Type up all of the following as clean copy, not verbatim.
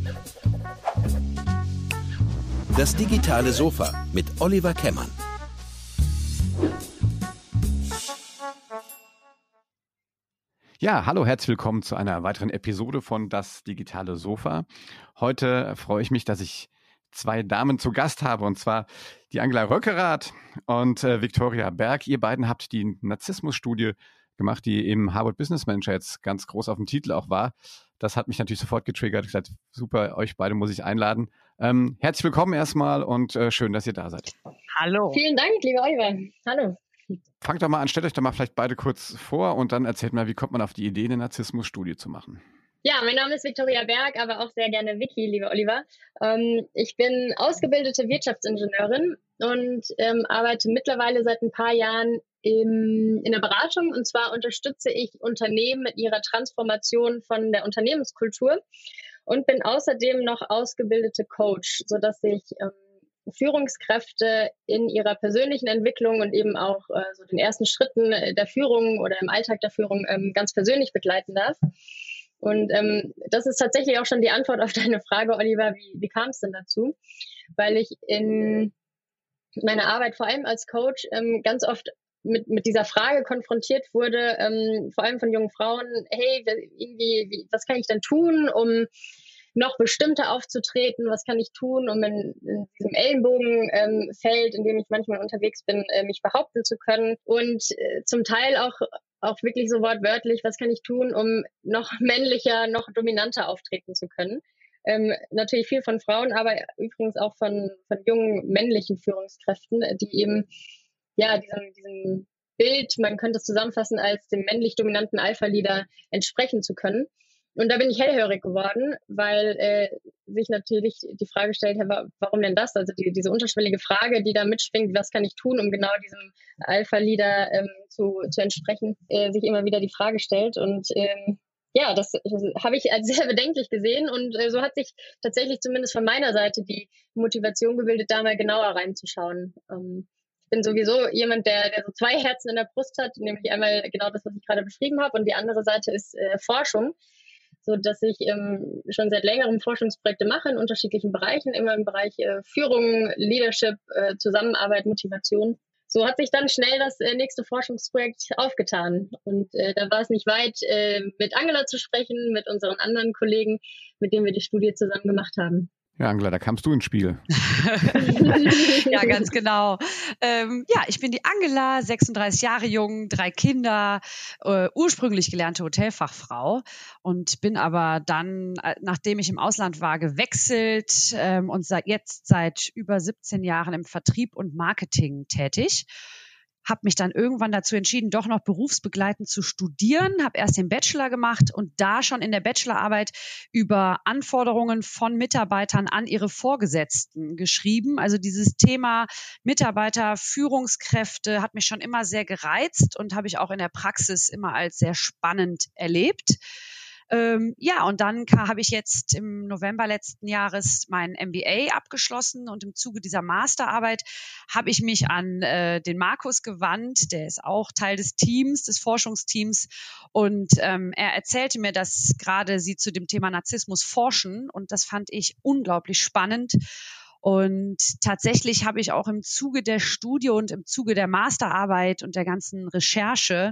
Das digitale Sofa mit Oliver Kemmern. Ja, hallo, herzlich willkommen zu einer weiteren Episode von Das digitale Sofa. Heute freue ich mich, dass ich zwei Damen zu Gast habe, und zwar die Angela Röckerath und Viktoria Berg. Ihr beiden habt die Narzissmus-Studie gemacht, die im Harvard Business Manager jetzt ganz groß auf dem Titel auch war. Das hat mich natürlich sofort getriggert. Ich gesagt, super, euch beide muss ich einladen. Herzlich willkommen erstmal und schön, dass ihr da seid. Hallo. Vielen Dank, lieber Oliver. Hallo. Fangt doch mal an, stellt euch doch mal vielleicht beide kurz vor und dann erzählt mal, wie kommt man auf die Idee, eine Narzissmus-Studie zu machen? Ja, mein Name ist Viktoria Berg, aber auch sehr gerne Vicky, lieber Oliver. Ich bin ausgebildete Wirtschaftsingenieurin und arbeite mittlerweile seit ein paar Jahren in der Beratung. Und zwar unterstütze ich Unternehmen mit ihrer Transformation von der Unternehmenskultur und bin außerdem noch ausgebildete Coach, sodass ich Führungskräfte in ihrer persönlichen Entwicklung und eben auch so den ersten Schritten der Führung oder im Alltag der Führung ganz persönlich begleiten darf. Und das ist tatsächlich auch schon die Antwort auf deine Frage, Oliver, wie kam es denn dazu? Weil ich in meiner Arbeit, vor allem als Coach, ganz oft mit dieser Frage konfrontiert wurde, vor allem von jungen Frauen, hey, was kann ich denn tun, um noch bestimmter aufzutreten, was kann ich tun, um in diesem Ellenbogenfeld, in dem ich manchmal unterwegs bin, mich behaupten zu können und zum Teil auch wirklich so wortwörtlich, was kann ich tun, um noch männlicher, noch dominanter auftreten zu können. Natürlich viel von Frauen, aber übrigens auch von jungen männlichen Führungskräften, die eben ja diesem Bild, man könnte es zusammenfassen, als dem männlich dominanten Alpha-Leader entsprechen zu können. Und da bin ich hellhörig geworden, weil sich natürlich die Frage stellt, warum denn das? Also diese unterschwellige Frage, die da mitschwingt, was kann ich tun, um genau diesem Alpha-Leader zu entsprechen, sich immer wieder die Frage stellt. Und ja, das habe ich als sehr bedenklich gesehen. Und so hat sich tatsächlich zumindest von meiner Seite die Motivation gebildet, da mal genauer reinzuschauen. Ich bin sowieso jemand, der so zwei Herzen in der Brust hat, nämlich einmal genau das, was ich gerade beschrieben habe, und die andere Seite ist Forschung, so dass ich schon seit längerem Forschungsprojekte mache in unterschiedlichen Bereichen, immer im Bereich Führung, Leadership, Zusammenarbeit, Motivation. So hat sich dann schnell das nächste Forschungsprojekt aufgetan. Und da war es nicht weit, mit Angela zu sprechen, mit unseren anderen Kollegen, mit denen wir die Studie zusammen gemacht haben. Ja, Angela, da kamst du ins Spiel. Ja, ganz genau. Ja, ich bin die Angela, 36 Jahre jung, 3 Kinder, ursprünglich gelernte Hotelfachfrau und bin aber dann, nachdem ich im Ausland war, gewechselt und seit über 17 Jahren im Vertrieb und Marketing tätig. Habe mich dann irgendwann dazu entschieden, doch noch berufsbegleitend zu studieren, habe erst den Bachelor gemacht und da schon in der Bachelorarbeit über Anforderungen von Mitarbeitern an ihre Vorgesetzten geschrieben. Also dieses Thema Mitarbeiter, Führungskräfte hat mich schon immer sehr gereizt und habe ich auch in der Praxis immer als sehr spannend erlebt. Ja, und dann habe ich jetzt im November letzten Jahres mein MBA abgeschlossen und im Zuge dieser Masterarbeit habe ich mich an den Markus gewandt, der ist auch Teil des Teams, des Forschungsteams, und er erzählte mir, dass gerade sie zu dem Thema Narzissmus forschen, und das fand ich unglaublich spannend. Und tatsächlich habe ich auch im Zuge der Studie und im Zuge der Masterarbeit und der ganzen Recherche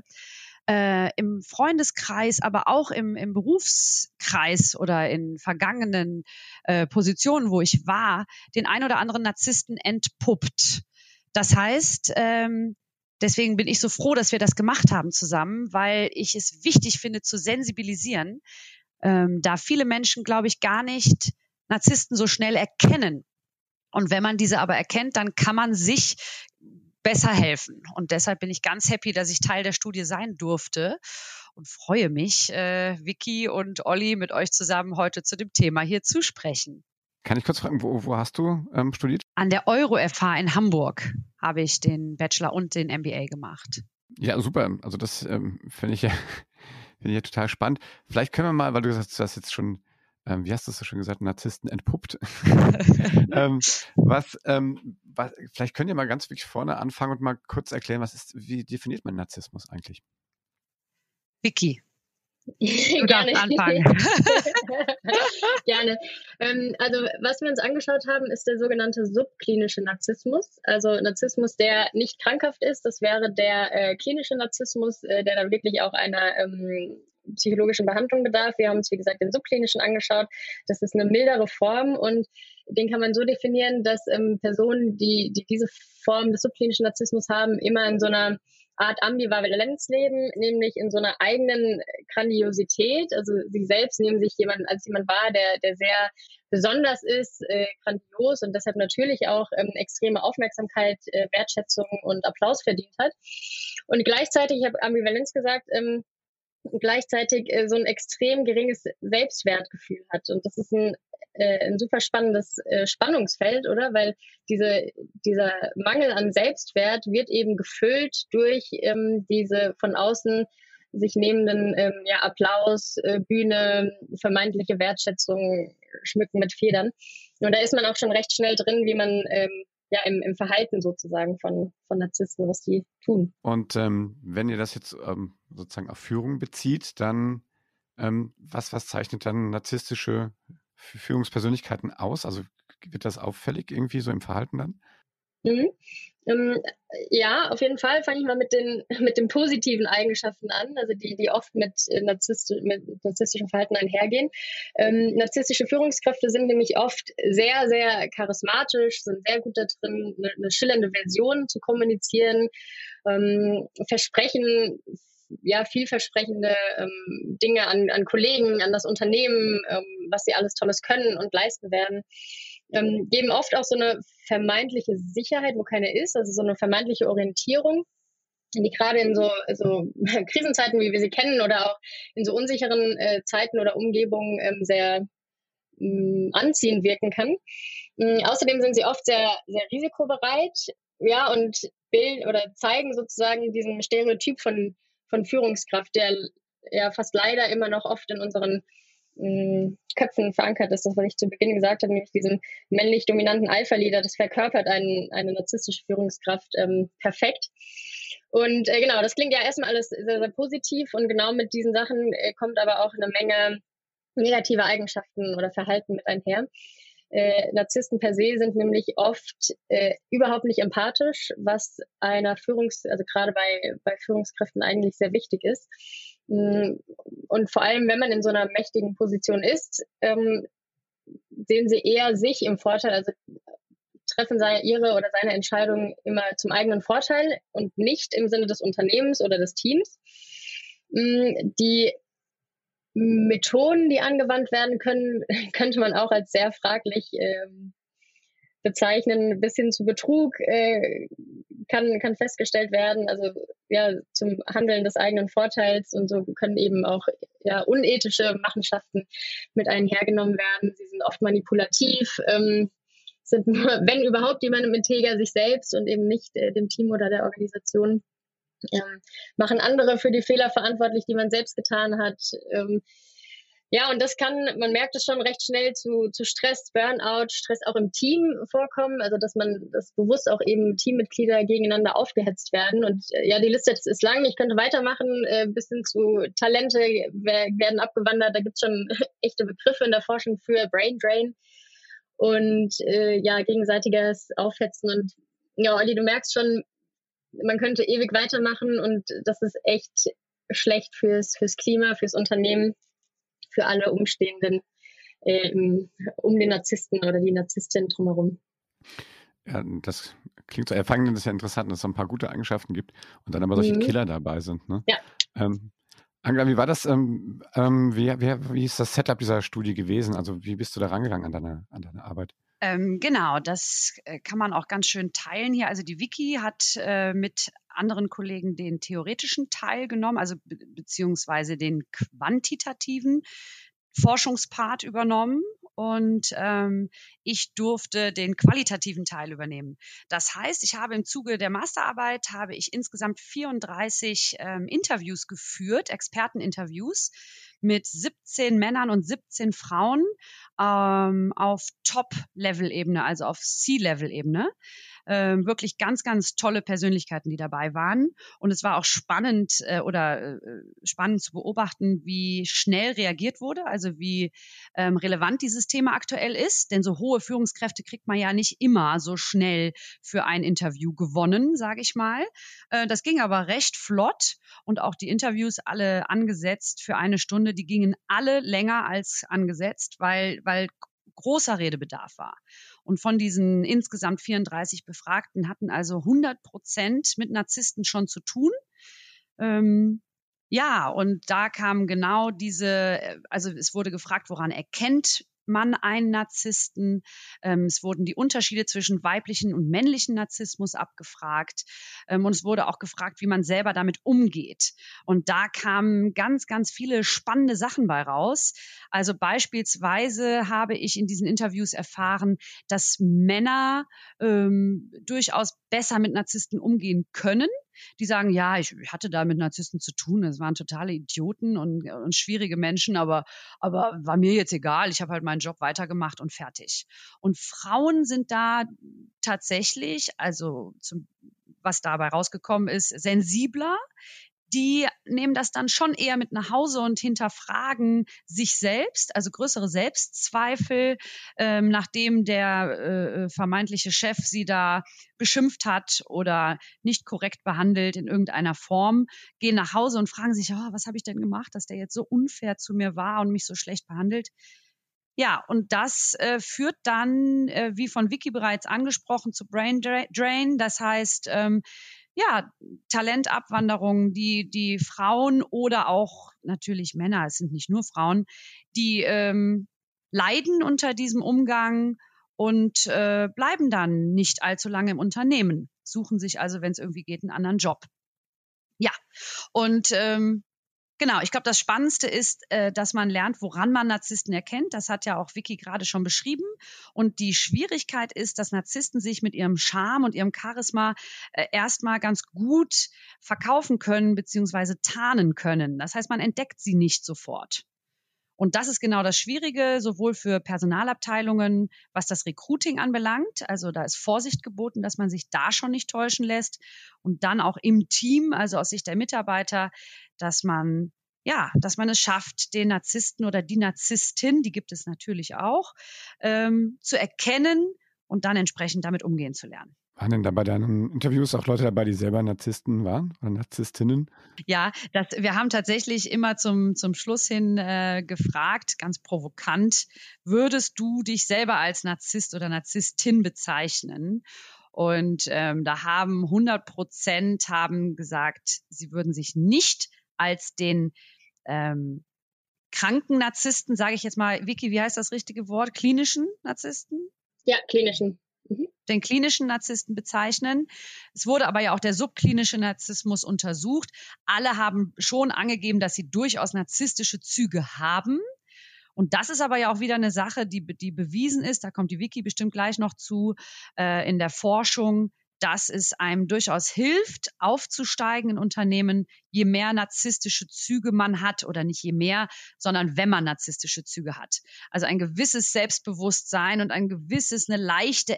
im Freundeskreis, aber auch im Berufskreis oder in vergangenen Positionen, wo ich war, den ein oder anderen Narzissten entpuppt. Das heißt, deswegen bin ich so froh, dass wir das gemacht haben zusammen, weil ich es wichtig finde zu sensibilisieren, da viele Menschen, glaube ich, gar nicht Narzissten so schnell erkennen. Und wenn man diese aber erkennt, dann kann man sich besser helfen. Und deshalb bin ich ganz happy, dass ich Teil der Studie sein durfte und freue mich, Vicky und Olli, mit euch zusammen heute zu dem Thema hier zu sprechen. Kann ich kurz fragen, wo hast du studiert? An der Euro-FH in Hamburg habe ich den Bachelor und den MBA gemacht. Ja, super. Also das finde ich ja total spannend. Vielleicht können wir mal, weil du gesagt hast, du hast jetzt schon wie hast du es so schön gesagt, Narzissten entpuppt. Vielleicht könnt ihr mal ganz wirklich vorne anfangen und mal kurz erklären, wie definiert man Narzissmus eigentlich? Vicky, du darfst anfangen. Ja, Gerne. Also was wir uns angeschaut haben, ist der sogenannte subklinische Narzissmus. Also Narzissmus, der nicht krankhaft ist. Das wäre der klinische Narzissmus, der dann wirklich auch einer psychologischen Behandlung bedarf. Wir haben uns, wie gesagt, den subklinischen angeschaut. Das ist eine mildere Form und den kann man so definieren, dass Personen, die diese Form des subklinischen Narzissmus haben, immer in so einer Art Ambivalenz leben, nämlich in so einer eigenen Grandiosität. Also sie selbst nehmen sich als jemand wahr, der sehr besonders ist, grandios und deshalb natürlich auch extreme Aufmerksamkeit, Wertschätzung und Applaus verdient hat. Und gleichzeitig, ich habe Ambivalenz gesagt, gleichzeitig so ein extrem geringes Selbstwertgefühl hat. Und das ist ein super spannendes Spannungsfeld, oder? Weil dieser Mangel an Selbstwert wird eben gefüllt durch diese von außen sich nehmenden Applaus, Bühne, vermeintliche Wertschätzung, Schmücken mit Federn. Und da ist man auch schon recht schnell drin, wie man im Verhalten sozusagen von Narzissten, was die tun. Und wenn ihr das jetzt sozusagen auf Führung bezieht, dann was zeichnet dann narzisstische Führungspersönlichkeiten aus? Also wird das auffällig irgendwie so im Verhalten dann? Ja, auf jeden Fall. Fange ich mal mit den positiven Eigenschaften an, also die oft mit narzisstischem Verhalten einhergehen. Narzisstische Führungskräfte sind nämlich oft sehr, sehr charismatisch, sind sehr gut da drin, eine schillernde Version zu kommunizieren, versprechen vielversprechende Dinge an Kollegen, an das Unternehmen, was sie alles Tolles können und leisten werden. Geben oft auch so eine vermeintliche Sicherheit, wo keine ist, also so eine vermeintliche Orientierung, die gerade in so Krisenzeiten, wie wir sie kennen, oder auch in so unsicheren Zeiten oder Umgebungen sehr anziehend wirken kann. Außerdem sind sie oft sehr, sehr risikobereit, und zeigen sozusagen diesen Stereotyp von Führungskraft, der ja fast leider immer noch oft in unseren Köpfen verankert ist, das, was ich zu Beginn gesagt habe, nämlich diesen männlich dominanten Alpha-Leader, das verkörpert eine narzisstische Führungskraft perfekt. Und genau, das klingt ja erstmal alles sehr, sehr positiv und genau mit diesen Sachen kommt aber auch eine Menge negative Eigenschaften oder Verhalten mit einher. Narzissten per se sind nämlich oft überhaupt nicht empathisch, was einer also gerade bei Führungskräften eigentlich sehr wichtig ist. Und vor allem, wenn man in so einer mächtigen Position ist, sehen sie eher sich im Vorteil, also treffen ihre oder seine Entscheidungen immer zum eigenen Vorteil und nicht im Sinne des Unternehmens oder des Teams. Die Methoden, die angewandt werden können, könnte man auch als sehr fraglich bezeichnen. Bis hin zu Betrug kann festgestellt werden, also zum Handeln des eigenen Vorteils, und so können eben auch unethische Machenschaften mit einhergenommen werden. Sie sind oft manipulativ, sind nur, wenn überhaupt, jemandem integer sich selbst und eben nicht dem Team oder der Organisation. Machen andere für die Fehler verantwortlich, die man selbst getan hat. Und das kann, man merkt es schon recht schnell zu Stress, Burnout, Stress auch im Team vorkommen, also dass bewusst auch eben Teammitglieder gegeneinander aufgehetzt werden. Und die Liste ist lang, ich könnte weitermachen, bis hin zu Talente werden abgewandert, da gibt es schon echte Begriffe in der Forschung für Brain Drain und gegenseitiges Aufhetzen. Und Olli, du merkst schon, man könnte ewig weitermachen und das ist echt schlecht fürs Klima, fürs Unternehmen, für alle Umstehenden um den Narzissten oder die Narzisstin drumherum. Ja, das klingt so erfangend, das ist ja interessant, dass es so ein paar gute Eigenschaften gibt und dann aber solche Killer dabei sind. Ne? Ja. Angela, wie war das? Wie ist das Setup dieser Studie gewesen? Also wie bist du da rangegangen an deine Arbeit? Genau, das kann man auch ganz schön teilen hier. Also die Wiki hat mit anderen Kollegen den theoretischen Teil genommen, also beziehungsweise den quantitativen Forschungspart übernommen. Und ich durfte den qualitativen Teil übernehmen. Das heißt, ich habe im Zuge der Masterarbeit insgesamt 34 Interviews geführt, Experteninterviews mit 17 Männern und 17 Frauen auf Top-Level-Ebene, also auf C-Level-Ebene. Wirklich ganz, ganz tolle Persönlichkeiten, die dabei waren. Und es war auch spannend spannend zu beobachten, wie schnell reagiert wurde, also wie relevant dieses Thema aktuell ist. Denn so hohe Führungskräfte kriegt man ja nicht immer so schnell für ein Interview gewonnen, sage ich mal. Das ging aber recht flott und auch die Interviews alle angesetzt für 1 Stunde, die gingen alle länger als angesetzt, weil großer Redebedarf war. Und von diesen insgesamt 34 Befragten hatten also 100% mit Narzissten schon zu tun. Ja, und da kam genau also es wurde gefragt, woran erkennt man einen Narzissten? Es wurden die Unterschiede zwischen weiblichen und männlichen Narzissmus abgefragt. Und es wurde auch gefragt, wie man selber damit umgeht. Und da kamen ganz, ganz viele spannende Sachen bei raus. Also beispielsweise habe ich in diesen Interviews erfahren, dass Männer durchaus besser mit Narzissten umgehen können. Die sagen, ja, ich hatte da mit Narzissten zu tun, das waren totale Idioten und schwierige Menschen, aber war mir jetzt egal, ich habe halt meinen Job weitergemacht und fertig. Und Frauen sind da tatsächlich, also was dabei rausgekommen ist, sensibler. Die nehmen das dann schon eher mit nach Hause und hinterfragen sich selbst, also größere Selbstzweifel, nachdem der vermeintliche Chef sie da beschimpft hat oder nicht korrekt behandelt in irgendeiner Form, gehen nach Hause und fragen sich, was habe ich denn gemacht, dass der jetzt so unfair zu mir war und mich so schlecht behandelt. Ja, und das führt dann, wie von Vicky bereits angesprochen, zu Brain Drain. Das heißt, Talentabwanderung, die Frauen oder auch natürlich Männer, es sind nicht nur Frauen, die leiden unter diesem Umgang und bleiben dann nicht allzu lange im Unternehmen, suchen sich also, wenn es irgendwie geht, einen anderen Job. Ja, und genau, ich glaube, das Spannendste ist, dass man lernt, woran man Narzissten erkennt. Das hat ja auch Vicky gerade schon beschrieben. Und die Schwierigkeit ist, dass Narzissten sich mit ihrem Charme und ihrem Charisma erstmal ganz gut verkaufen können bzw. tarnen können. Das heißt, man entdeckt sie nicht sofort. Und das ist genau das Schwierige, sowohl für Personalabteilungen, was das Recruiting anbelangt. Also da ist Vorsicht geboten, dass man sich da schon nicht täuschen lässt. Und dann auch im Team, also aus Sicht der Mitarbeiter, dass man es schafft, den Narzissten oder die Narzisstin, die gibt es natürlich auch, zu erkennen und dann entsprechend damit umgehen zu lernen. Waren denn da bei deinen Interviews auch Leute dabei, die selber Narzissten waren oder Narzisstinnen? Ja, wir haben tatsächlich immer zum Schluss hin gefragt, ganz provokant, würdest du dich selber als Narzisst oder Narzisstin bezeichnen? Und da haben 100% haben gesagt, sie würden sich nicht als den kranken Narzissten, sage ich jetzt mal, Vicky, wie heißt das richtige Wort? Klinischen Narzissten? Ja, klinischen. Den klinischen Narzissten bezeichnen. Es wurde aber ja auch der subklinische Narzissmus untersucht. Alle haben schon angegeben, dass sie durchaus narzisstische Züge haben. Und das ist aber ja auch wieder eine Sache, die bewiesen ist, da kommt die Vicky bestimmt gleich noch zu, in der Forschung, dass es einem durchaus hilft, aufzusteigen in Unternehmen, je mehr narzisstische Züge man hat oder nicht je mehr, sondern wenn man narzisstische Züge hat. Also ein gewisses Selbstbewusstsein und eine leichte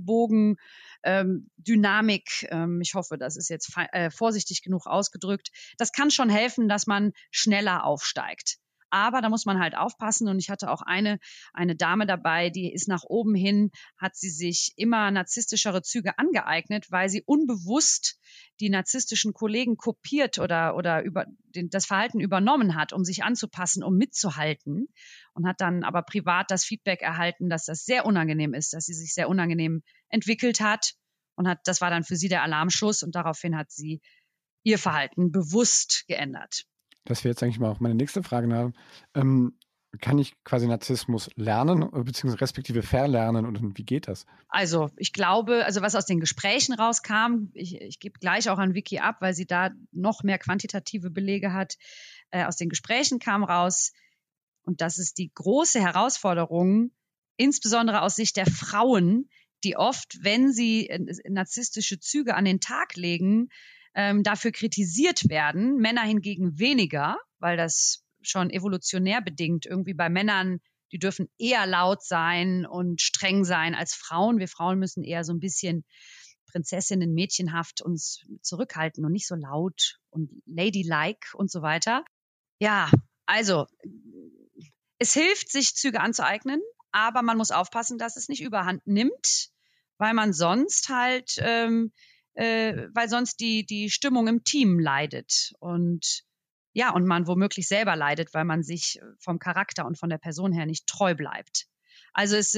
Ellenbogen-Dynamik. Ich hoffe, das ist jetzt vorsichtig genug ausgedrückt. Das kann schon helfen, dass man schneller aufsteigt. Aber da muss man halt aufpassen. Und ich hatte auch eine Dame dabei, die ist nach oben hin, hat sie sich immer narzisstischere Züge angeeignet, weil sie unbewusst die narzisstischen Kollegen kopiert oder das Verhalten übernommen hat, um sich anzupassen, um mitzuhalten. Und hat dann aber privat das Feedback erhalten, dass das sehr unangenehm ist, dass sie sich sehr unangenehm entwickelt hat. Und das war dann für sie der Alarmschuss. Und daraufhin hat sie ihr Verhalten bewusst geändert. Das wäre jetzt eigentlich mal auch meine nächste Frage nach. Kann ich quasi Narzissmus lernen bzw. respektive verlernen und wie geht das? Also ich glaube, was aus den Gesprächen rauskam, ich gebe gleich auch an Vicky ab, weil sie da noch mehr quantitative Belege hat. Aus den Gesprächen kam raus, und das ist die große Herausforderung, insbesondere aus Sicht der Frauen, die oft, wenn sie narzisstische Züge an den Tag legen, dafür kritisiert werden, Männer hingegen weniger, weil das schon evolutionär bedingt irgendwie bei Männern die dürfen eher laut sein und streng sein als Frauen. Wir Frauen müssen eher so ein bisschen Prinzessinnen, mädchenhaft uns zurückhalten und nicht so laut und ladylike und so weiter. Ja, also es hilft, sich Züge anzueignen, aber man muss aufpassen, dass es nicht überhand nimmt, weil man sonst halt, weil sonst die Stimmung im Team leidet und ja, und man womöglich selber leidet, weil man sich vom Charakter und von der Person her nicht treu bleibt. Also es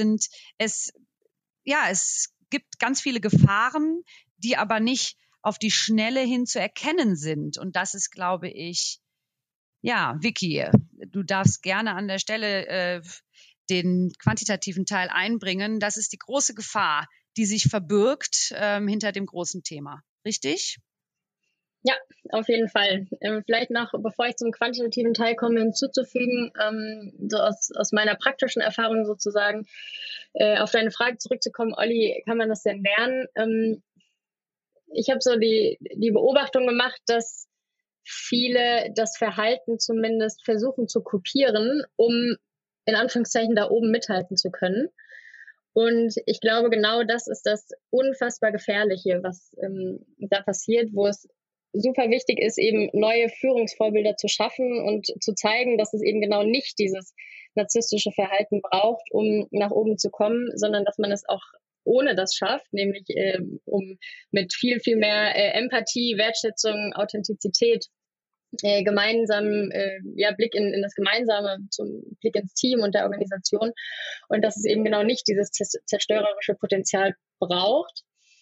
gibt ganz viele Gefahren, die aber nicht auf die Schnelle hin zu erkennen sind. Und das ist, glaube ich, ja, Vicky, du darfst gerne an der Stelle den quantitativen Teil einbringen. Das ist die große Gefahr, die sich verbirgt hinter dem großen Thema. Richtig? Ja, auf jeden Fall. Vielleicht noch, bevor ich zum quantitativen Teil komme, hinzuzufügen, so aus meiner praktischen Erfahrung sozusagen, auf deine Frage zurückzukommen, Olli, kann man das denn lernen? Ich habe so die Beobachtung gemacht, dass viele das Verhalten zumindest versuchen zu kopieren, um in Anführungszeichen da oben mithalten zu können. Und ich glaube, genau das ist das unfassbar Gefährliche, was da passiert, wo es super wichtig ist, eben neue Führungsvorbilder zu schaffen und zu zeigen, dass es eben genau nicht dieses narzisstische Verhalten braucht, um nach oben zu kommen, sondern dass man es auch ohne das schafft, nämlich um mit viel, viel mehr Empathie, Wertschätzung, Authentizität, gemeinsamen Blick in das Gemeinsame, zum Blick ins Team und der Organisation, und dass es eben genau nicht dieses zerstörerische Potenzial braucht.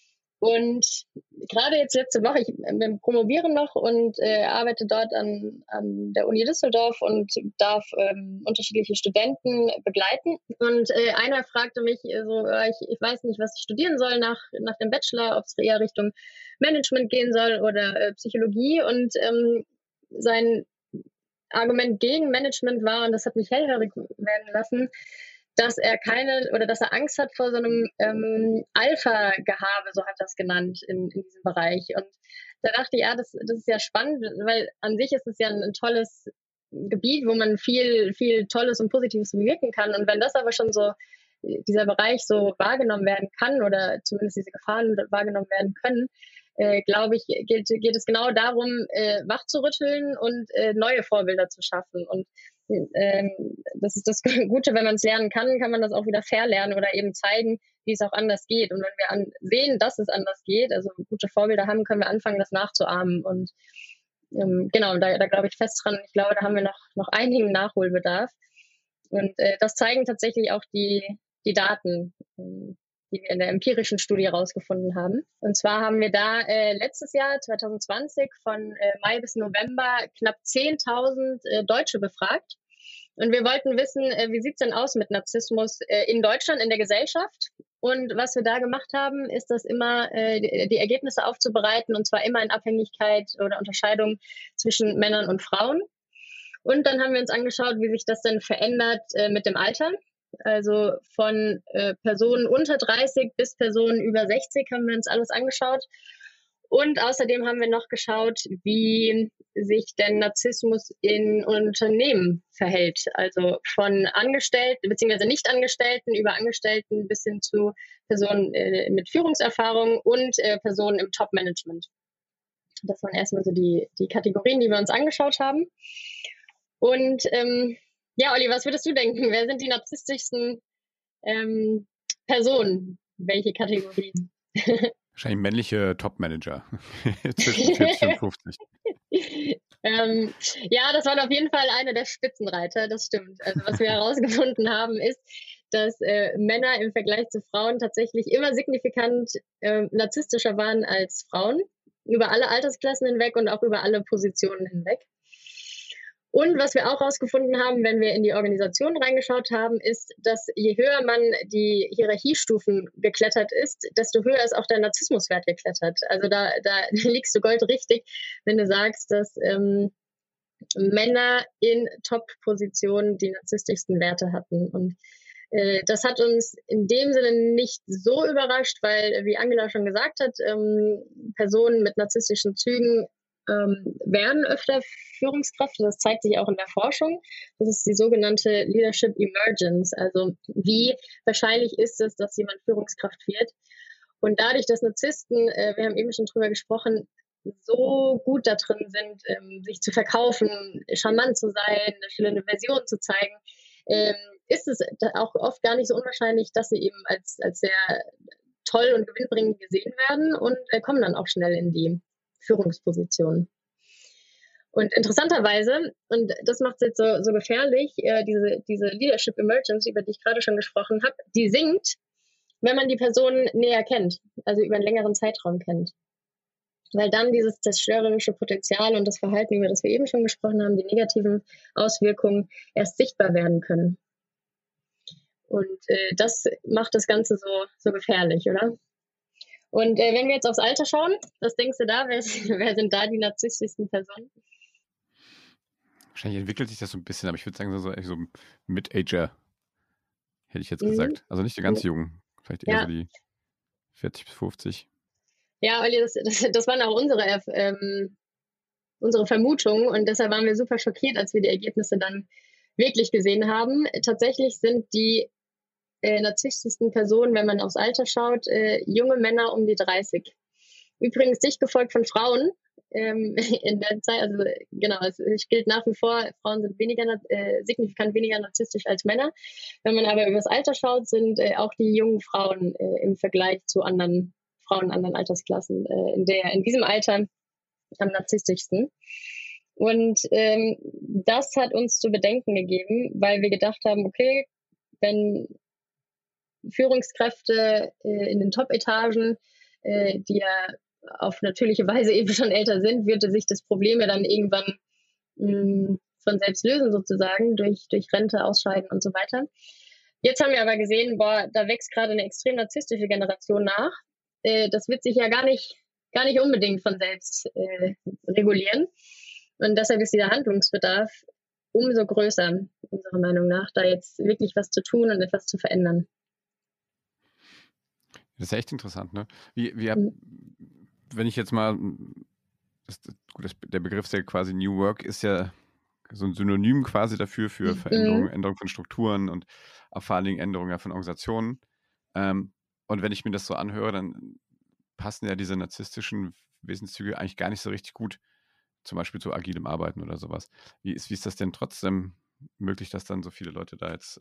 Und gerade jetzt letzte Woche, ich promoviere noch und arbeite dort an der Uni Düsseldorf und darf unterschiedliche Studenten begleiten. Und einer fragte mich so, ich weiß nicht, was ich studieren soll nach dem Bachelor, ob es eher Richtung Management gehen soll oder Psychologie. Und sein Argument gegen Management war, und das hat mich hellhörig werden lassen, dass er Angst hat vor so einem Alpha-Gehabe, so hat er es genannt, in diesem Bereich. Und da dachte ich, ja, das ist ja spannend, weil an sich ist es ja ein tolles Gebiet, wo man viel, viel Tolles und Positives bewirken kann. Und wenn das aber schon so, dieser Bereich so wahrgenommen werden kann oder zumindest diese Gefahren wahrgenommen werden können, glaube ich, geht es genau darum, wach zu rütteln und neue Vorbilder zu schaffen. Und das ist das Gute, wenn man es lernen kann man das auch wieder verlernen oder eben zeigen, wie es auch anders geht. Und wenn wir sehen, dass es anders geht, also gute Vorbilder haben, können wir anfangen, das nachzuahmen. Und genau, da glaube ich fest dran. Ich glaube, da haben wir noch einigen Nachholbedarf. Und das zeigen tatsächlich auch die Daten, die wir in der empirischen Studie herausgefunden haben. Und zwar haben wir da letztes Jahr, 2020, von Mai bis November knapp 10.000 Deutsche befragt. Und wir wollten wissen, wie sieht es denn aus mit Narzissmus in Deutschland, in der Gesellschaft? Und was wir da gemacht haben, ist das immer die Ergebnisse aufzubereiten, und zwar immer in Abhängigkeit oder Unterscheidung zwischen Männern und Frauen. Und dann haben wir uns angeschaut, wie sich das denn verändert mit dem Alter. Also von Personen unter 30 bis Personen über 60 haben wir uns alles angeschaut. Und außerdem haben wir noch geschaut, wie sich denn Narzissmus in Unternehmen verhält. Also von Angestellten bzw. Nicht-Angestellten über Angestellten bis hin zu Personen mit Führungserfahrung und Personen im Top-Management. Das waren erstmal so die Kategorien, die wir uns angeschaut haben. Und ja, Olli, was würdest du denken? Wer sind die narzisstischsten Personen? Welche Kategorien? Wahrscheinlich männliche Top-Manager zwischen 40 und 50. Ja, das waren auf jeden Fall einer der Spitzenreiter, das stimmt. Also was wir herausgefunden haben, ist, dass Männer im Vergleich zu Frauen tatsächlich immer signifikant narzisstischer waren als Frauen, über alle Altersklassen hinweg und auch über alle Positionen hinweg. Und was wir auch herausgefunden haben, wenn wir in die Organisation reingeschaut haben, ist, dass je höher man die Hierarchiestufen geklettert ist, desto höher ist auch der Narzissmuswert geklettert. Also da liegst du goldrichtig, wenn du sagst, dass Männer in Top-Positionen die narzisstischsten Werte hatten. Und das hat uns in dem Sinne nicht so überrascht, weil, wie Angela schon gesagt hat, Personen mit narzisstischen Zügen werden öfter Führungskräfte. Das zeigt sich auch in der Forschung. Das ist die sogenannte Leadership Emergence. Also wie wahrscheinlich ist es, dass jemand Führungskraft wird? Und dadurch, dass Narzissten, wir haben eben schon drüber gesprochen, so gut da drin sind, sich zu verkaufen, charmant zu sein, eine schöne Version zu zeigen, ist es auch oft gar nicht so unwahrscheinlich, dass sie eben als sehr toll und gewinnbringend gesehen werden und kommen dann auch schnell in die Führungsposition. Und interessanterweise, und das macht es jetzt so gefährlich, diese Leadership Emergence, über die ich gerade schon gesprochen habe, die sinkt, wenn man die Person näher kennt, also über einen längeren Zeitraum kennt. Weil dann dieses zerstörerische Potenzial und das Verhalten, über das wir eben schon gesprochen haben, die negativen Auswirkungen erst sichtbar werden können. Und das macht das Ganze so gefährlich, oder? Und wenn wir jetzt aufs Alter schauen, was denkst du da? Wer sind da die narzisstischsten Personen? Wahrscheinlich entwickelt sich das so ein bisschen, aber ich würde sagen, so Mid-Ager, hätte ich jetzt gesagt. Also nicht die ganz Jungen, vielleicht eher so die 40 bis 50. Ja, Olli, das waren auch unsere Vermutungen und deshalb waren wir super schockiert, als wir die Ergebnisse dann wirklich gesehen haben. Tatsächlich sind die narzisstischsten Personen, wenn man aufs Alter schaut, junge Männer um die 30. Übrigens dicht gefolgt von Frauen in der Zeit. Also genau, es gilt nach wie vor, Frauen sind signifikant weniger narzisstisch als Männer. Wenn man aber über das Alter schaut, sind auch die jungen Frauen im Vergleich zu anderen Frauen anderen Altersklassen in diesem Alter am narzisstischsten. Und das hat uns zu bedenken gegeben, weil wir gedacht haben, okay, wenn Führungskräfte in den Top-Etagen, die ja auf natürliche Weise eben schon älter sind, würde sich das Problem ja dann irgendwann von selbst lösen sozusagen, durch Rente, Ausscheiden und so weiter. Jetzt haben wir aber gesehen, da wächst gerade eine extrem narzisstische Generation nach. Das wird sich ja gar nicht unbedingt von selbst regulieren. Und deshalb ist dieser Handlungsbedarf umso größer, unserer Meinung nach, da jetzt wirklich was zu tun und etwas zu verändern. Das ist ja echt interessant, ne? Wenn ich jetzt mal, der Begriff der quasi New Work ist ja so ein Synonym quasi dafür für Veränderung, Änderung von Strukturen und auch vor allen Dingen Änderungen von Organisationen. Und wenn ich mir das so anhöre, dann passen ja diese narzisstischen Wesenszüge eigentlich gar nicht so richtig gut, zum Beispiel zu agilem Arbeiten oder sowas. Wie ist das denn trotzdem möglich, dass dann so viele Leute da jetzt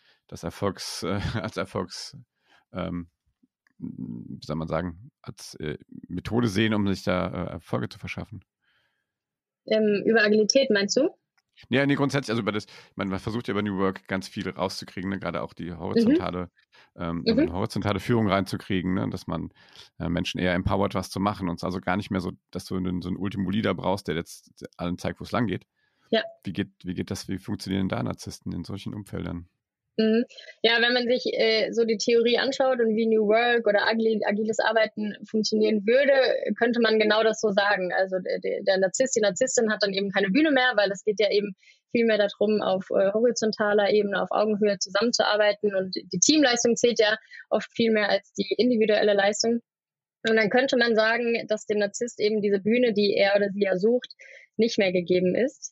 wie soll man sagen, als Methode sehen, um sich da Erfolge zu verschaffen? Über Agilität meinst du? Ja, nee, grundsätzlich, also man versucht ja über New Work ganz viel rauszukriegen, ne? Gerade auch die horizontale Führung reinzukriegen, ne? Dass man Menschen eher empowert, was zu machen und es also gar nicht mehr so, dass du so einen Ultimo Leader brauchst, der jetzt allen zeigt, wo es lang geht. Ja. Wie funktionieren da Narzissten in solchen Umfeldern? Ja, wenn man sich so die Theorie anschaut und wie New Work oder agiles Arbeiten funktionieren würde, könnte man genau das so sagen. Also der Narzisst, die Narzisstin hat dann eben keine Bühne mehr, weil es geht ja eben viel mehr darum, auf horizontaler Ebene, auf Augenhöhe zusammenzuarbeiten und die Teamleistung zählt ja oft viel mehr als die individuelle Leistung. Und dann könnte man sagen, dass dem Narzisst eben diese Bühne, die er oder sie ja sucht, nicht mehr gegeben ist.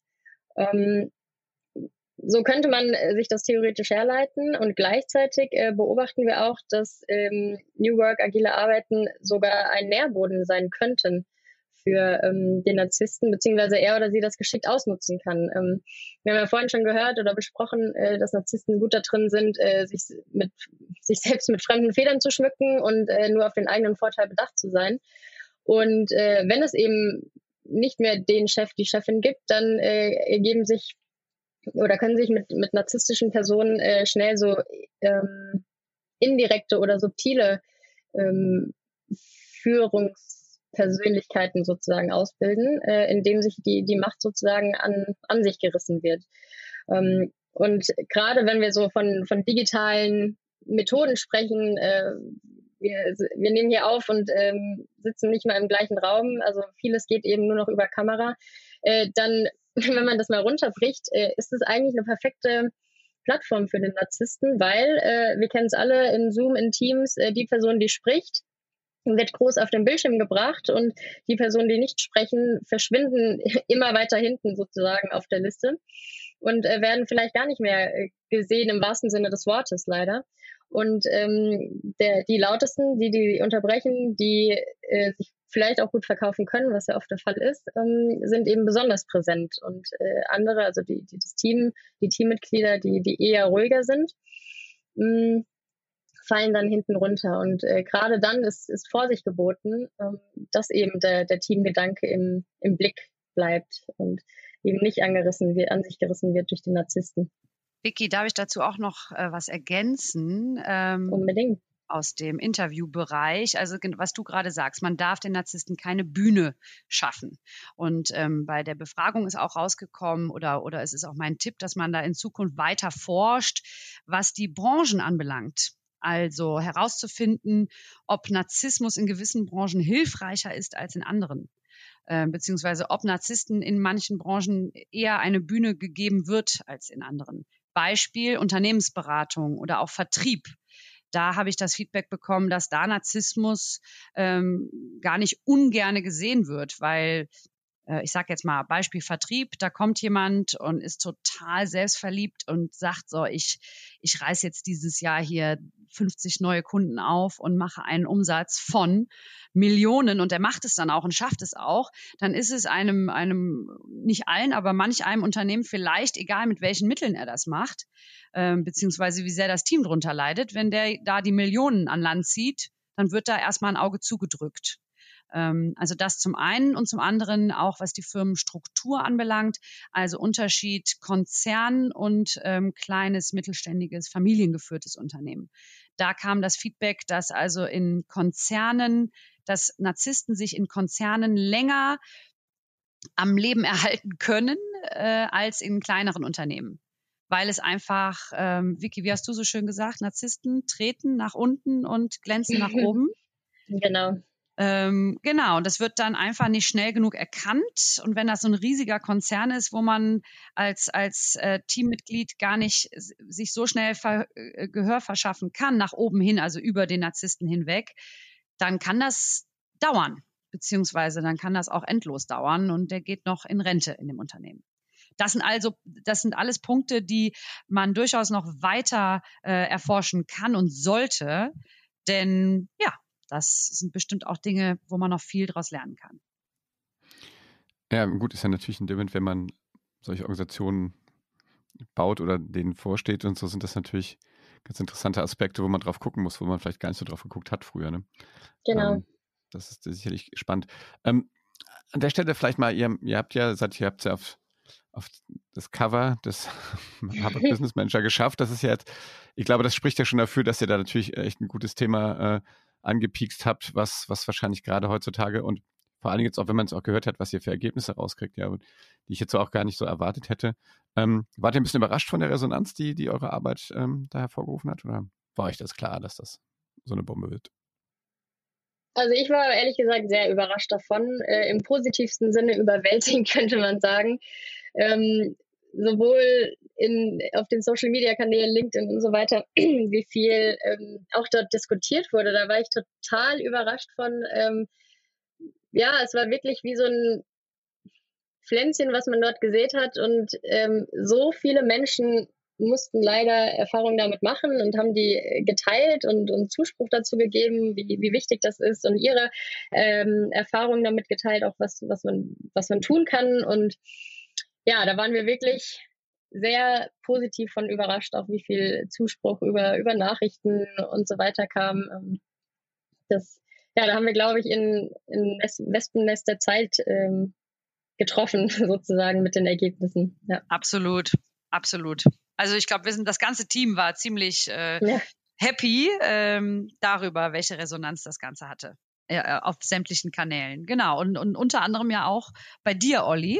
So könnte man sich das theoretisch herleiten und gleichzeitig beobachten wir auch, dass New Work, agile Arbeiten sogar ein Nährboden sein könnten für den Narzissten, beziehungsweise er oder sie das geschickt ausnutzen kann. Wir haben ja vorhin schon gehört oder besprochen, dass Narzissten gut da drin sind, sich selbst mit fremden Federn zu schmücken und nur auf den eigenen Vorteil bedacht zu sein. Und wenn es eben nicht mehr den Chef, die Chefin gibt, dann ergeben sich oder können sich mit narzisstischen Personen schnell so indirekte oder subtile Führungspersönlichkeiten sozusagen ausbilden, indem sich die Macht sozusagen an sich gerissen wird. Und gerade wenn wir so von digitalen Methoden sprechen, wir nehmen hier auf und sitzen nicht mal im gleichen Raum, also vieles geht eben nur noch über Kamera, dann wenn man das mal runterbricht, ist es eigentlich eine perfekte Plattform für den Narzissten, weil wir kennen es alle in Zoom, in Teams, die Person, die spricht, wird groß auf den Bildschirm gebracht und die Personen, die nicht sprechen, verschwinden immer weiter hinten sozusagen auf der Liste und werden vielleicht gar nicht mehr gesehen im wahrsten Sinne des Wortes leider. Und die Lautesten, die unterbrechen, die sich vielleicht auch gut verkaufen können, was ja oft der Fall ist, sind eben besonders präsent. Und andere, also die Teammitglieder, die eher ruhiger sind, fallen dann hinten runter. Und gerade dann ist Vorsicht geboten, dass eben der Teamgedanke im Blick bleibt und eben nicht an sich gerissen wird durch die Narzissten. Vicky, darf ich dazu auch noch was ergänzen? Unbedingt. Aus dem Interviewbereich. Also was du gerade sagst, man darf den Narzissten keine Bühne schaffen. Und bei der Befragung ist auch rausgekommen oder es ist auch mein Tipp, dass man da in Zukunft weiter forscht, was die Branchen anbelangt. Also herauszufinden, ob Narzissmus in gewissen Branchen hilfreicher ist als in anderen. Beziehungsweise ob Narzissten in manchen Branchen eher eine Bühne gegeben wird als in anderen. Beispiel Unternehmensberatung oder auch Vertrieb. Da habe ich das Feedback bekommen, dass da Narzissmus gar nicht ungerne gesehen wird, weil ich sage jetzt mal Beispiel Vertrieb, da kommt jemand und ist total selbstverliebt und sagt so, ich reiß jetzt dieses Jahr hier 50 neue Kunden auf und mache einen Umsatz von Millionen und er macht es dann auch und schafft es auch, dann ist es einem nicht allen, aber manch einem Unternehmen vielleicht egal, mit welchen Mitteln er das macht, beziehungsweise wie sehr das Team drunter leidet. Wenn der da die Millionen an Land zieht, dann wird da erstmal ein Auge zugedrückt. Also das zum einen und zum anderen auch, was die Firmenstruktur anbelangt, also Unterschied Konzern und kleines, mittelständiges, familiengeführtes Unternehmen. Da kam das Feedback, dass also in Konzernen, dass Narzissten sich in Konzernen länger am Leben erhalten können als in kleineren Unternehmen. Weil es einfach, Vicky, wie hast du so schön gesagt, Narzissten treten nach unten und glänzen nach oben. Genau. Genau, das wird dann einfach nicht schnell genug erkannt. Und wenn das so ein riesiger Konzern ist, wo man als Teammitglied gar nicht sich so schnell Gehör verschaffen kann, nach oben hin, also über den Narzissten hinweg, dann kann das dauern, beziehungsweise dann kann das auch endlos dauern und der geht noch in Rente in dem Unternehmen. Das sind alles Punkte, die man durchaus noch weiter erforschen kann und sollte, denn ja, das sind bestimmt auch Dinge, wo man noch viel daraus lernen kann. Ja, gut, ist ja natürlich in dem Moment, wenn man solche Organisationen baut oder denen vorsteht und so, sind das natürlich ganz interessante Aspekte, wo man drauf gucken muss, wo man vielleicht gar nicht so drauf geguckt hat früher. Ne? Genau. Das ist sicherlich spannend. An der Stelle vielleicht mal, ihr habt ja auf das Cover des Harvard Business Manager geschafft. Das ist ja jetzt, ich glaube, das spricht ja schon dafür, dass ihr da natürlich echt ein gutes Thema angepiekst habt, was wahrscheinlich gerade heutzutage und vor allen Dingen jetzt auch, wenn man es auch gehört hat, was ihr für Ergebnisse rauskriegt, ja, die ich jetzt auch gar nicht so erwartet hätte. Wart ihr ein bisschen überrascht von der Resonanz, die eure Arbeit da hervorgerufen hat? Oder war euch das klar, dass das so eine Bombe wird? Also ich war ehrlich gesagt sehr überrascht davon. Im positivsten Sinne überwältigend, könnte man sagen. Sowohl auf den Social-Media-Kanälen, LinkedIn und so weiter, wie viel auch dort diskutiert wurde. Da war ich total überrascht von. Es war wirklich wie so ein Pflänzchen, was man dort gesät hat. Und so viele Menschen mussten leider Erfahrungen damit machen und haben die geteilt und Zuspruch dazu gegeben, wie wichtig das ist und ihre Erfahrungen damit geteilt, auch was man tun kann. Und ja, da waren wir wirklich sehr positiv von überrascht, auch wie viel Zuspruch über Nachrichten und so weiter kam. Da haben wir, glaube ich, in Wespennest der Zeit getroffen, sozusagen mit den Ergebnissen. Ja. Absolut. Also ich glaube, das ganze Team war ziemlich happy darüber, welche Resonanz das Ganze hatte. Auf sämtlichen Kanälen. Genau. Und unter anderem ja auch bei dir, Olli.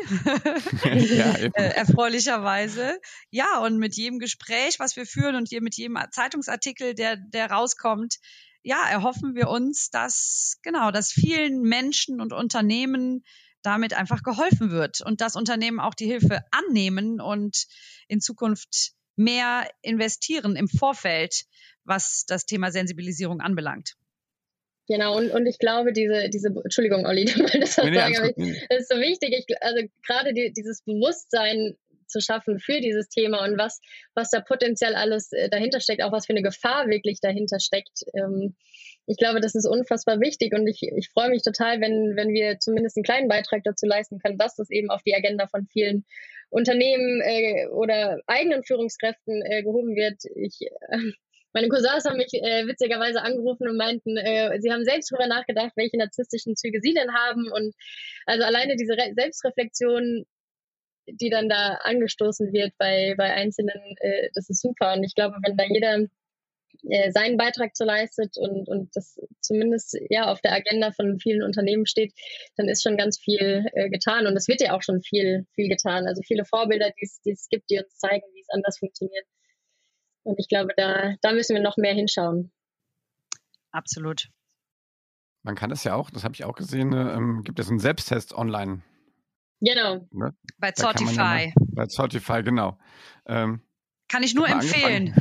Erfreulicherweise. Ja, und mit jedem Gespräch, was wir führen und mit jedem Zeitungsartikel, der rauskommt, ja, erhoffen wir uns, dass vielen Menschen und Unternehmen damit einfach geholfen wird und das Unternehmen auch die Hilfe annehmen und in Zukunft mehr investieren im Vorfeld, was das Thema Sensibilisierung anbelangt. Genau, und ich glaube, diese, Entschuldigung, Olli, du wolltest was sagen, aber das ist so wichtig, also gerade dieses Bewusstsein zu schaffen für dieses Thema und was da potenziell alles dahinter steckt, auch was für eine Gefahr wirklich dahinter steckt. Ich glaube, das ist unfassbar wichtig und ich freue mich total, wenn wir zumindest einen kleinen Beitrag dazu leisten können, dass das eben auf die Agenda von vielen Unternehmen oder eigenen Führungskräften gehoben wird. Meine Cousins haben mich witzigerweise angerufen und meinten, sie haben selbst darüber nachgedacht, welche narzisstischen Züge sie denn haben. Und also alleine diese Selbstreflexion, die dann da angestoßen wird bei Einzelnen, das ist super. Und ich glaube, wenn da jeder seinen Beitrag zu leistet und das zumindest auf der Agenda von vielen Unternehmen steht, dann ist schon ganz viel getan. Und es wird ja auch schon viel getan. Also viele Vorbilder, die es gibt, die uns zeigen, wie es anders funktioniert. Und ich glaube, da müssen wir noch mehr hinschauen. Absolut. Man kann es ja auch, das habe ich auch gesehen, gibt es einen Selbsttest online. Genau. Ne? Bei Sortify. Bei Sortify, genau. Kann ich nur empfehlen.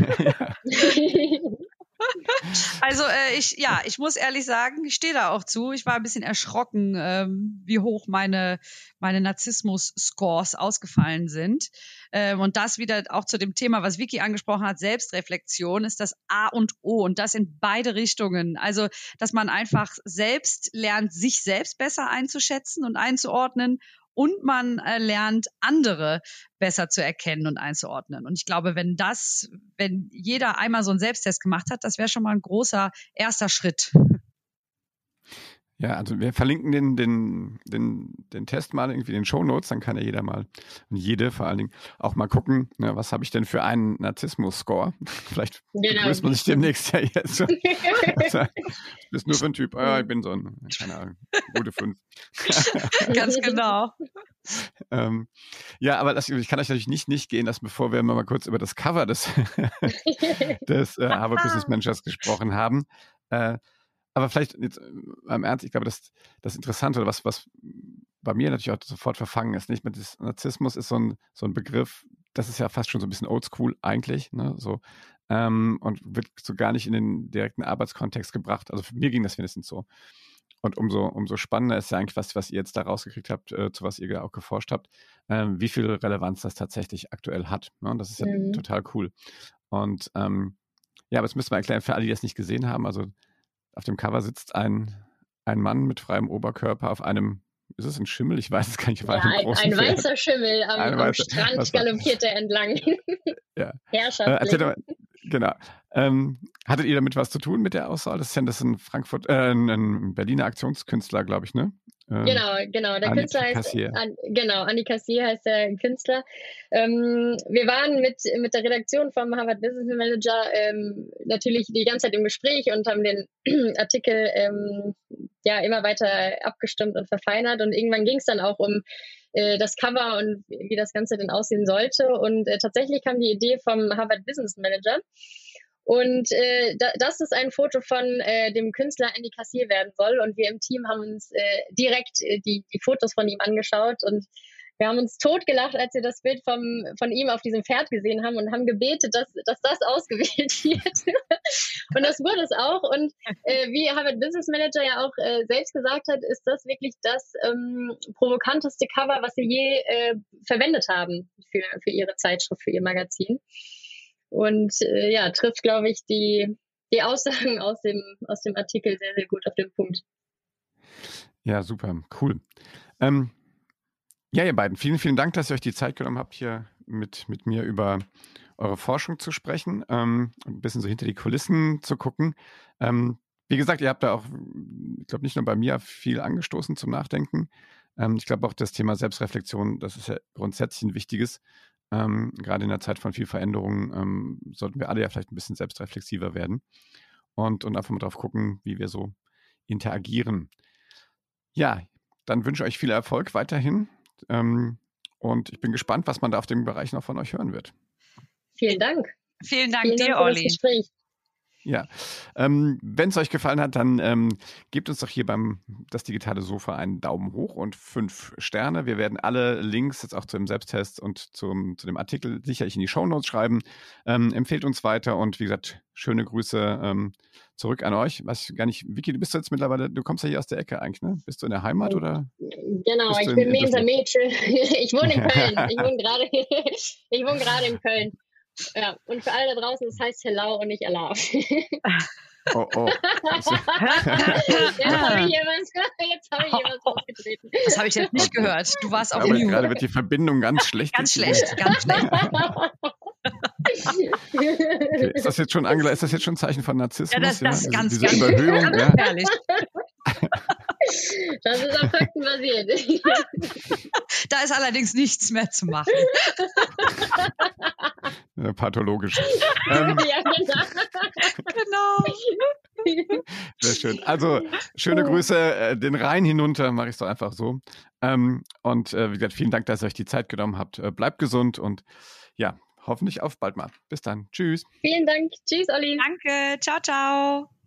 Also ich muss ehrlich sagen, ich stehe da auch zu. Ich war ein bisschen erschrocken, wie hoch meine Narzissmus-Scores ausgefallen sind. Und das wieder auch zu dem Thema, was Vicky angesprochen hat, Selbstreflexion ist das A und O und das in beide Richtungen. Also, dass man einfach selbst lernt, sich selbst besser einzuschätzen und einzuordnen und man lernt, andere besser zu erkennen und einzuordnen. Und ich glaube, wenn jeder einmal so einen Selbsttest gemacht hat, das wäre schon mal ein großer erster Schritt. Ja, also wir verlinken den Test mal irgendwie in den Shownotes, dann kann ja jeder mal und jede vor allen Dingen auch mal gucken, ne, was habe ich denn für einen Narzissmus-Score? Vielleicht begrüßt man sich demnächst ja jetzt. So. Also, bist nur für ein Typ, ich bin so ein, keine Ahnung, gute 5. Ganz genau. Ja, aber ich kann euch natürlich nicht gehen lassen, bevor wir mal kurz über das Cover des Harvard Business Managers gesprochen haben. Aber vielleicht jetzt im Ernst, ich glaube, das Interessante oder was bei mir natürlich auch sofort verfangen ist, nicht? Mit Narzissmus ist so ein Begriff, das ist ja fast schon so ein bisschen oldschool eigentlich, ne? So, und wird so gar nicht in den direkten Arbeitskontext gebracht. Also für mir ging das wenigstens so. Und umso spannender ist ja eigentlich was ihr jetzt da rausgekriegt habt, zu was ihr auch geforscht habt, wie viel Relevanz das tatsächlich aktuell hat. Ne? Und das ist ja total cool. Und aber jetzt müssen wir erklären, für alle, die das nicht gesehen haben, also auf dem Cover sitzt ein Mann mit freiem Oberkörper auf einem, ist es ein Schimmel? Ich weiß es gar nicht. Ein weißer Schimmel am Strand galoppiert er entlang. Ja. Herrschaftlich. Genau. Hattet ihr damit was zu tun mit der Auswahl? Das ist ein Frankfurt, ein Berliner Aktionskünstler, glaube ich, ne? Genau. Der Künstler heißt Andy Cassier heißt der Künstler. Wir waren mit der Redaktion vom Harvard Business Manager natürlich die ganze Zeit im Gespräch und haben den Artikel immer weiter abgestimmt und verfeinert. Und irgendwann ging es dann auch um das Cover und wie das Ganze denn aussehen sollte. Und tatsächlich kam die Idee vom Harvard Business Manager. Und das ist ein Foto von dem Künstler Andy Cassier werden soll. Und wir im Team haben uns direkt die Fotos von ihm angeschaut. Und wir haben uns totgelacht, als wir das Bild von ihm auf diesem Pferd gesehen haben und haben gebetet, dass das ausgewählt wird. Und das wurde es auch. Und wie Harvard Business Manager ja auch selbst gesagt hat, ist das wirklich das provokanteste Cover, was sie je verwendet haben für ihre Zeitschrift, für ihr Magazin. Und trifft, glaube ich, die Aussagen aus dem Artikel sehr, sehr gut auf den Punkt. Ja, super, cool. Ihr beiden, vielen, vielen Dank, dass ihr euch die Zeit genommen habt, hier mit mir über eure Forschung zu sprechen, ein bisschen so hinter die Kulissen zu gucken. Wie gesagt, ihr habt da auch, ich glaube, nicht nur bei mir viel angestoßen zum Nachdenken. Ich glaube auch das Thema Selbstreflexion, das ist ja grundsätzlich ein wichtiges. Gerade in der Zeit von viel Veränderungen sollten wir alle ja vielleicht ein bisschen selbstreflexiver werden und einfach mal drauf gucken, wie wir so interagieren. Ja, dann wünsche ich euch viel Erfolg weiterhin und ich bin gespannt, was man da auf dem Bereich noch von euch hören wird. Vielen Dank. Vielen Dank dir, Olli. Ja, wenn es euch gefallen hat, dann gebt uns doch hier beim Das digitale Sofa einen Daumen hoch und 5 Sterne. Wir werden alle Links jetzt auch zu dem Selbsttest und zu dem Artikel sicherlich in die Shownotes schreiben. Empfehlt uns weiter und wie gesagt, schöne Grüße zurück an euch. Weiß ich gar nicht, Vicky, du bist jetzt mittlerweile, du kommst ja hier aus der Ecke eigentlich, ne? Bist du in der Heimat oder? Genau, ich bin Mensa-Mädchen. Ich wohne in Köln. Ich wohne gerade in Köln. Ja, und für alle da draußen, das heißt Hello und nicht Allah. Oh. Jetzt habe ich hier was rausgetreten. Das habe ich jetzt nicht gehört. Du warst auf Mute. Gerade wird die Verbindung ganz schlecht. Ganz schlecht. Okay. Ist das jetzt schon, Angela, ist das jetzt schon ein Zeichen von Narzissmus? Ja, das also ganz diese Überhöhung. Ja? Herrlich. Das ist auf Fakten basiert. Da ist allerdings nichts mehr zu machen. Pathologisch. Ja, Genau. Sehr schön. Also, schöne Grüße den Rhein hinunter, mache ich es doch einfach so. Und wie gesagt, vielen Dank, dass ihr euch die Zeit genommen habt. Bleibt gesund und ja, hoffentlich auf bald mal. Bis dann. Tschüss. Vielen Dank. Tschüss, Olli. Danke. Ciao, ciao.